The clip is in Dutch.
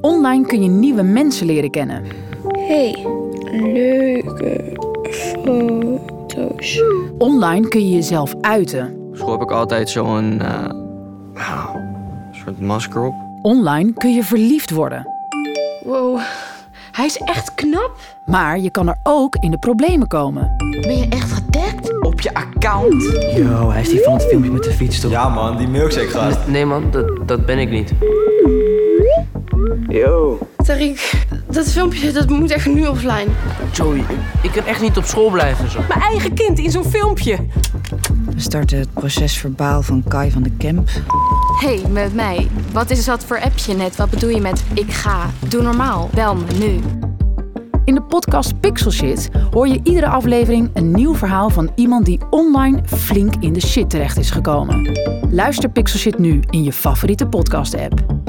Online kun je nieuwe mensen leren kennen. Hey, leuke foto's. Online kun je jezelf uiten. Op school heb ik altijd zo'n soort masker op. Online kun je verliefd worden. Wow, hij is echt knap. Maar je kan er ook in de problemen komen. Ben je echt getagd? Op je account? Yo, hij is die van het filmpje met de fiets toch? Ja man, die milkshake gast. Nee man, dat ben ik niet. Yo. Tariq, dat filmpje dat moet echt nu offline. Joey, ik kan echt niet op school blijven zo. Mijn eigen kind in zo'n filmpje. We starten het proces verbaal van Kai van de Kemp. Hey, met mij. Wat is dat voor appje net? Wat bedoel je met ik ga? Doe normaal. Bel me nu. In de podcast Pixel Shit hoor je iedere aflevering een nieuw verhaal van iemand die online flink in de shit terecht is gekomen. Luister Pixel Shit nu in je favoriete podcast-app.